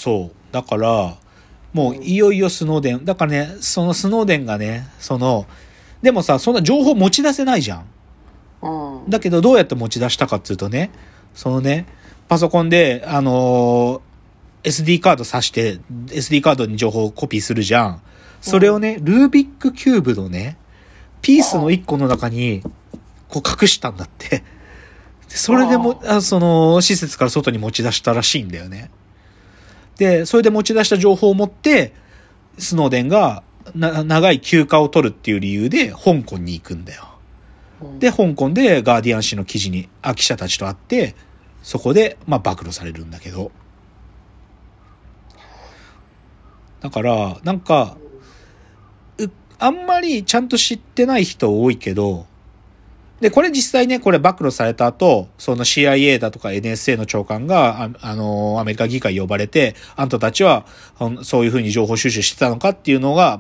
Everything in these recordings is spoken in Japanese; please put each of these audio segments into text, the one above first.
そう。だから、もういよいよスノーデン。だからね、そのスノーデンがね、でもさ、そんな情報持ち出せないじゃん。だけどどうやって持ち出したかっていうとね、パソコンで、SD カード挿して、SD カードに情報をコピーするじゃん。それをね、ルービックキューブのね、ピースの1個の中に、こう隠したんだって。それでも、施設から外に持ち出したらしいんだよね。で、それで持ち出した情報を持って、スノーデンが長い休暇を取るっていう理由で香港に行くんだよ。で、香港でガーディアン紙の記者たちと会って、そこで、暴露されるんだけど。だから、あんまりちゃんと知ってない人多いけど、で、これ実際ね、これ暴露された後、その CIA だとか NSA の長官が、アメリカ議会呼ばれて、あんたたちは、そういうふうに情報収集してたのかっていうのが、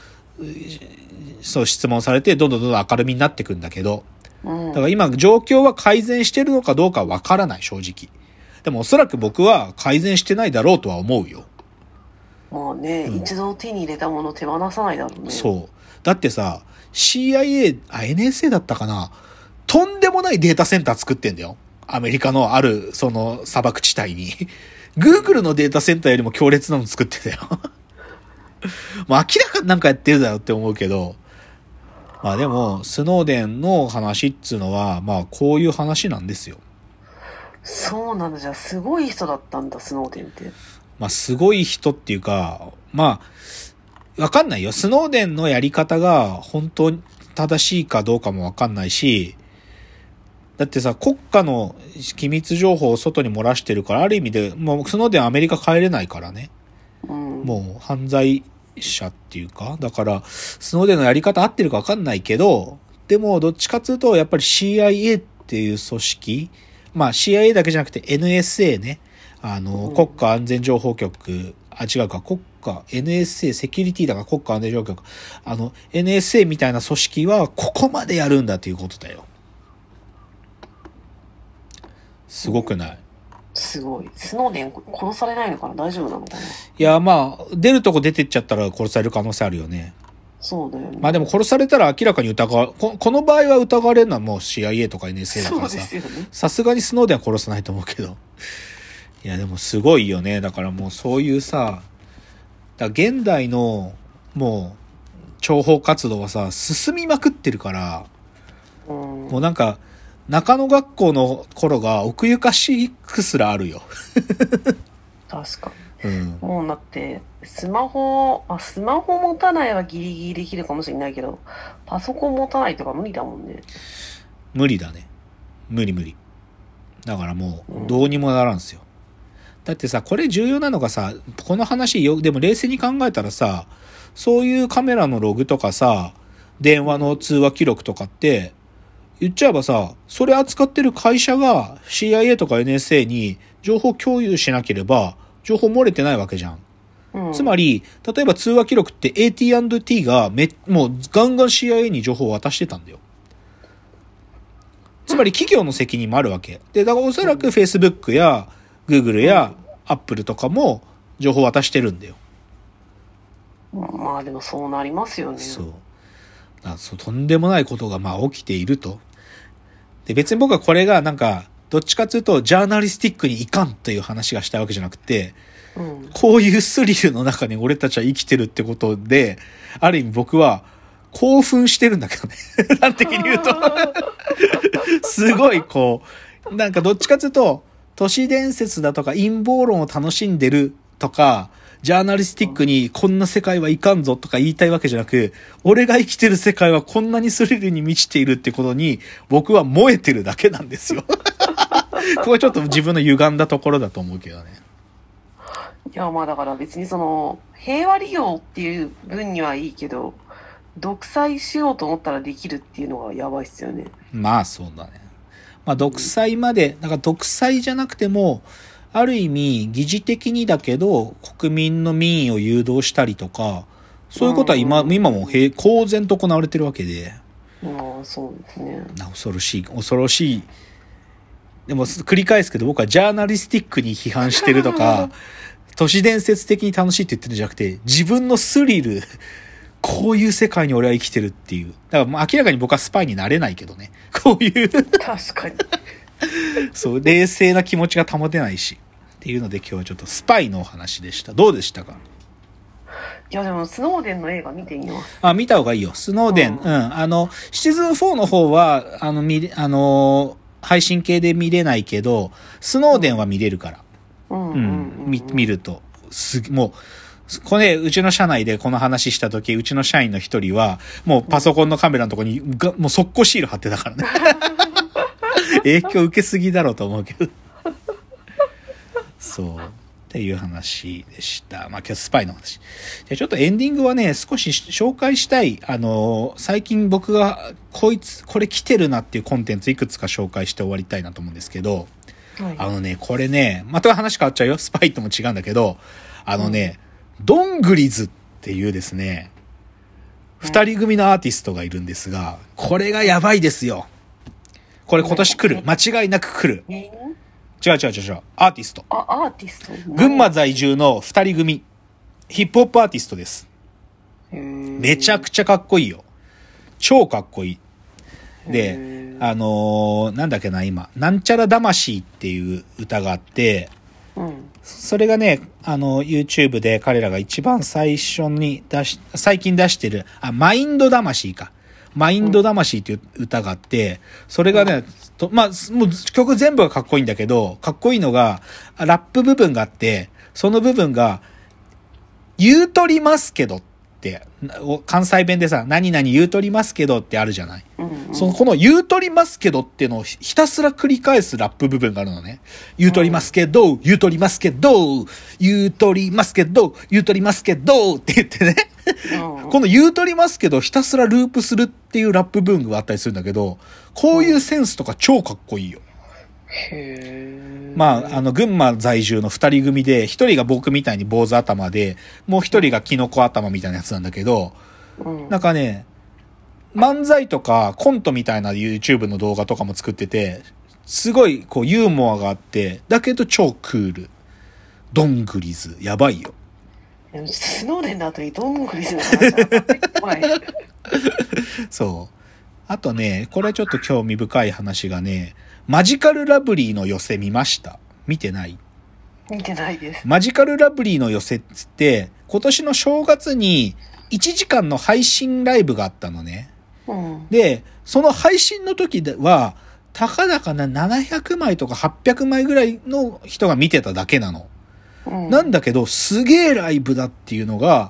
そう質問されて、どんどん明るみになっていくんだけど、だから今、状況は改善してるのかどうかわからない、正直。でもおそらく僕は改善してないだろうとは思うよ。 まあね、一度手に入れたもの手放さないだろうね。 そう。だってさ、CIA、NSA だったかな、とんでもないデータセンター作ってんだよ。アメリカのある、砂漠地帯に。Google のデータセンターよりも強烈なの作ってたよ。もう明らかになんかやってるだろって思うけど。でも、スノーデンの話っつうのは、こういう話なんですよ。 そうなんだ。じゃあ、すごい人だったんだ、スノーデンって。 すごい人っていうか、わかんないよ。スノーデンのやり方が本当に正しいかどうかもわかんないし、だってさ、国家の機密情報を外に漏らしてるから、ある意味で、もうスノーデンアメリカ帰れないからね。もう犯罪者っていうか、だから、スノーデンのやり方合ってるかわかんないけど、でもどっちかっていうと、やっぱり CIA っていう組織、CIA だけじゃなくて NSA ね。国家安全情報局、違うか、NSA セキュリティだから国家安全情報局。NSA みたいな組織はここまでやるんだということだよ。すごくない？ すごい。スノーデン殺されないのかな？大丈夫なのかな？いや、出るとこ出てっちゃったら殺される可能性あるよね。 そうだよね。 でも殺されたら明らかにこの場合は疑われるのはもう CIA とか NSA だからさ。 そうですよね。 さすがにスノーデンは殺さないと思うけど。いや、でもすごいよね。だからもうそういうさ、現代のもう諜報活動はさ、進みまくってるから、もう中野学校の頃が奥ゆかしくすらあるよ。 確かに。もうだって、スマホ持たないはギリギリできるかもしれないけど、パソコン持たないとか無理だもんね。 無理だね。無理。だからもう、どうにもならんすよ。だってさ、これ重要なのがさ、この話でも冷静に考えたらさ、そういうカメラのログとかさ、電話の通話記録とかって、言っちゃえばさ、それ扱ってる会社が CIA とか NSA に情報共有しなければ、情報漏れてないわけじゃん。つまり、例えば通話記録って AT&T がもうガンガン CIA に情報を渡してたんだよ。つまり企業の責任もあるわけ。で、だからおそらく Facebook や Google や Apple とかも情報を渡してるんだよ。 でもそうなりますよね。 そう。とんでもないことが起きていると。で、別に僕はこれがどっちかというとジャーナリスティックにいかんという話がしたいわけじゃなくて、こういうスリルの中に俺たちは生きてるってことで、ある意味僕は興奮してるんだけどね。端的に言うと。すごいどっちかというと、都市伝説だとか陰謀論を楽しんでるとか、ジャーナリスティックにこんな世界はいかんぞとか言いたいわけじゃなく、俺が生きてる世界はこんなにスリルに満ちているってことに僕は燃えてるだけなんですよ。これちょっと自分の歪んだところだと思うけどね。 いやだから別に平和利用っていう分にはいいけど、独裁しようと思ったらできるっていうのがやばいっすよね。 そうだね。独裁まで、独裁じゃなくても、ある意味疑似的にだけど国民の民意を誘導したりとか、そういうことは今も公然と行われてるわけで。 そうですね。 恐ろしい。でも繰り返すけど僕はジャーナリスティックに批判してるとか都市伝説的に楽しいって言ってるんじゃなくて、自分のスリル、こういう世界に俺は生きてるっていう。だからもう明らかに僕はスパイになれないけどね。こういう。 確かに。 そう、冷静な気持ちが保てないし。っていうので今日はちょっとスパイのお話でした。どうでしたか？ いやでもスノーデンの映画見てみます。 見た方がいいよ。スノーデン。シーズン4の方は、配信系で見れないけど、スノーデンは見れるから。見ると。もう、これ、うちの社内でこの話したとき、うちの社員の一人は、もうパソコンのカメラのとこに、もう速攻シール貼ってたからね。影響受けすぎだろうと思うけど。そう。っていう話でした。まあ今日スパイの話。じゃあちょっとエンディングはね、少し紹介したい。最近僕がこれ来てるなっていうコンテンツいくつか紹介して終わりたいなと思うんですけど、はい、これね、また話変わっちゃうよ。スパイとも違うんだけど、ドングリズっていうですね、二人組のアーティストがいるんですが、これがやばいですよ。これ今年来る。間違いなく来る。違う。アーティスト。 アーティスト。 群馬在住の二人組。ヒップホップアーティストです。めちゃくちゃかっこいいよ。超かっこいい。で、なんだっけな、今。なんちゃら魂っていう歌があって、それがね、YouTube で彼らが一番最近出してる、マインド魂か。マインド魂っていう歌があって、それがね、もう曲全部がかっこいいんだけど、かっこいいのが、ラップ部分があって、その部分が、言うとりますけどって、関西弁でさ、何々言うとりますけどってあるじゃない。この言うとりますけどっていうのをひたすら繰り返すラップ部分があるのね。言うとりますけど、言うとりますけど、言うとりますけど、言うとりますけどって言ってね。この言うとりますけどひたすらループするっていうラップ部分があったりするんだけど、こういうセンスとか超かっこいいよ。群馬在住の二人組で、一人が僕みたいに坊主頭で、もう一人がキノコ頭みたいなやつなんだけど、なんかね、漫才とかコントみたいな YouTube の動画とかも作ってて、すごいこうユーモアがあって、だけど超クール。ドングリズ、やばいよ。 スノーデンの後にドングリズの話はそう。あとね、これちょっと興味深い話がね、マジカルラブリーの寄せ見ました？見てない？ 見てないです。 マジカルラブリーの寄せって、今年の正月に1時間の配信ライブがあったのね。で、その配信の時は、たかだかな700枚とか800枚ぐらいの人が見てただけなの。なんだけど、すげえライブだっていうのが、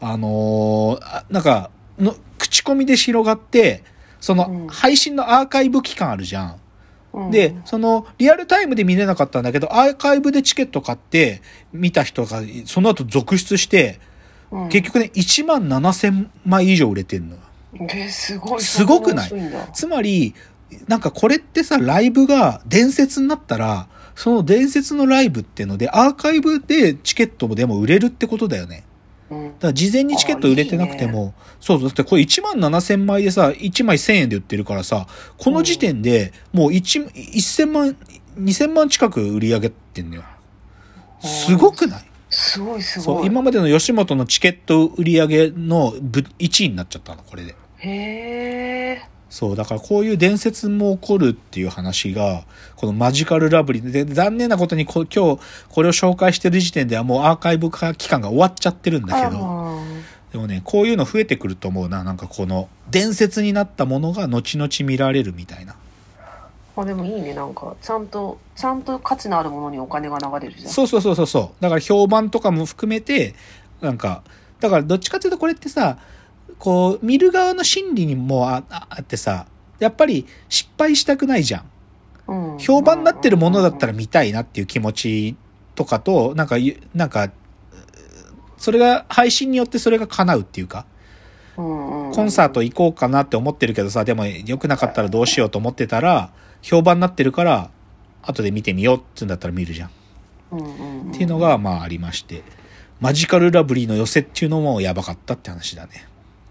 口コミで広がって、その配信のアーカイブ期間あるじゃん。で、そのリアルタイムで見れなかったんだけど、アーカイブでチケット買って見た人がその後続出して、結局ね、17,000枚以上売れてんの。すごくない？つまり、なんかこれってさ、ライブが伝説になったら、その伝説のライブっていうので、アーカイブでチケットでも売れるってことだよね。だから事前にチケット売れてなくても、そうだってこれ17,000枚でさ、1枚1000円で売ってるからさ、この時点でもう1000万、2000万近く売り上げてんのよ。すごくない？ すごい。 そう、今までの吉本のチケット売り上げの1位になっちゃったの、これで。そう、だからこういう伝説も起こるっていう話が、このマジカルラブリーで、残念なことに今日これを紹介してる時点ではもうアーカイブ化期間が終わっちゃってるんだけど、でもね、こういうの増えてくると思うな。なんかこの伝説になったものが後々見られるみたいな。 でもいいね、なんかちゃんと価値のあるものにお金が流れるじゃん。 そう。だから評判とかも含めて、なんか、だからどっちかというとこれってさ、こう見る側の心理にもあってさ、やっぱり失敗したくないじゃん。評判になってるものだったら見たいなっていう気持ちとかと、なんかそれが配信によってそれが叶うっていうか、コンサート行こうかなって思ってるけどさ、でも良くなかったらどうしようと思ってたら、評判になってるから後で見てみようって言うんだったら見るじゃん。っていうのがまあありまして、マジカルラブリーの寄せっていうのもやばかったって話だね。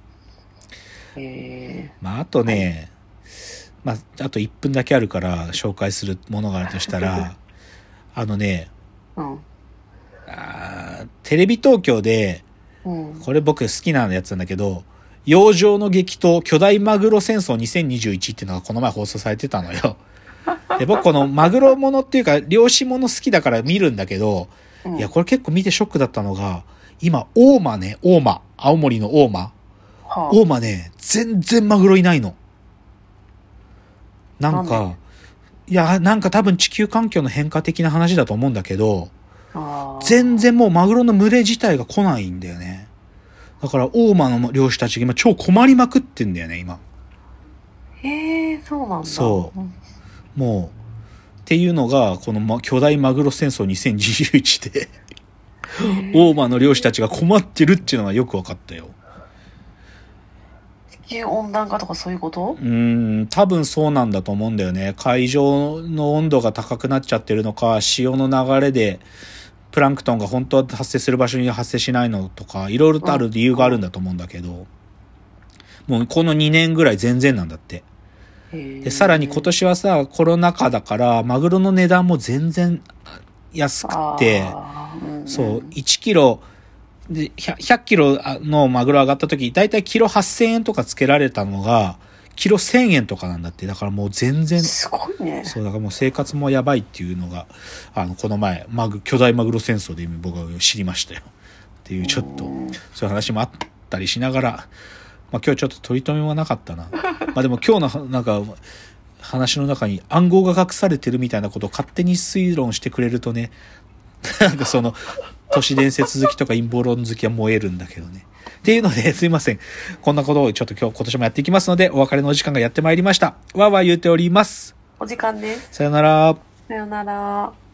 あとね、あと1分だけあるから紹介するものがあるとしたら、 テレビ東京で、これ僕好きなやつなんだけど、洋上の激闘巨大マグロ戦争2021っていうのがこの前放送されてたのよ。で、僕このマグロものっていうか漁師もの好きだから見るんだけど、いやこれ結構見てショックだったのが、今大間ね、大間、青森の大間、大間ね、全然マグロいないの。なんか、いや、なんか多分地球環境の変化的な話だと思うんだけど、全然もうマグロの群れ自体が来ないんだよね。だから大間の漁師たちが今超困りまくってんだよね、今。 へえ、そうなんだ。 そう。もう、っていうのが、この巨大マグロ戦争2021で、大間の漁師たちが困ってるっていうのがよく分かったよ。 地球温暖化とかそういうこと？ 多分そうなんだと思うんだよね。海上の温度が高くなっちゃってるのか、潮の流れで、プランクトンが本当は発生する場所に発生しないのとか、いろいろとある理由があるんだと思うんだけど、もうこの2年ぐらい全然なんだって。で、さらに今年はさ、コロナ禍だから、マグロの値段も全然安くて、そう、1キロ、で、100キロのマグロ上がった時、だいたいキロ8000円とかつけられたのが、キロ1000円とかなんだって。だからもう全然。 すごいね。 そう、だからもう生活もやばいっていうのが、この前、巨大マグロ戦争で僕は知りましたよ。っていう、ちょっと、そういう話もあったりしながら、まあ今日ちょっと取り留めはなかったな。まあでも今日のなんか、話の中に暗号が隠されてるみたいなことを勝手に推論してくれるとね、なんかその、都市伝説好きとか陰謀論好きは燃えるんだけどね。っていうので、すいません。こんなことをちょっと今年もやっていきますので、お別れのお時間がやってまいりました。わーわー言うております。 お時間です。 さよなら。 さよなら。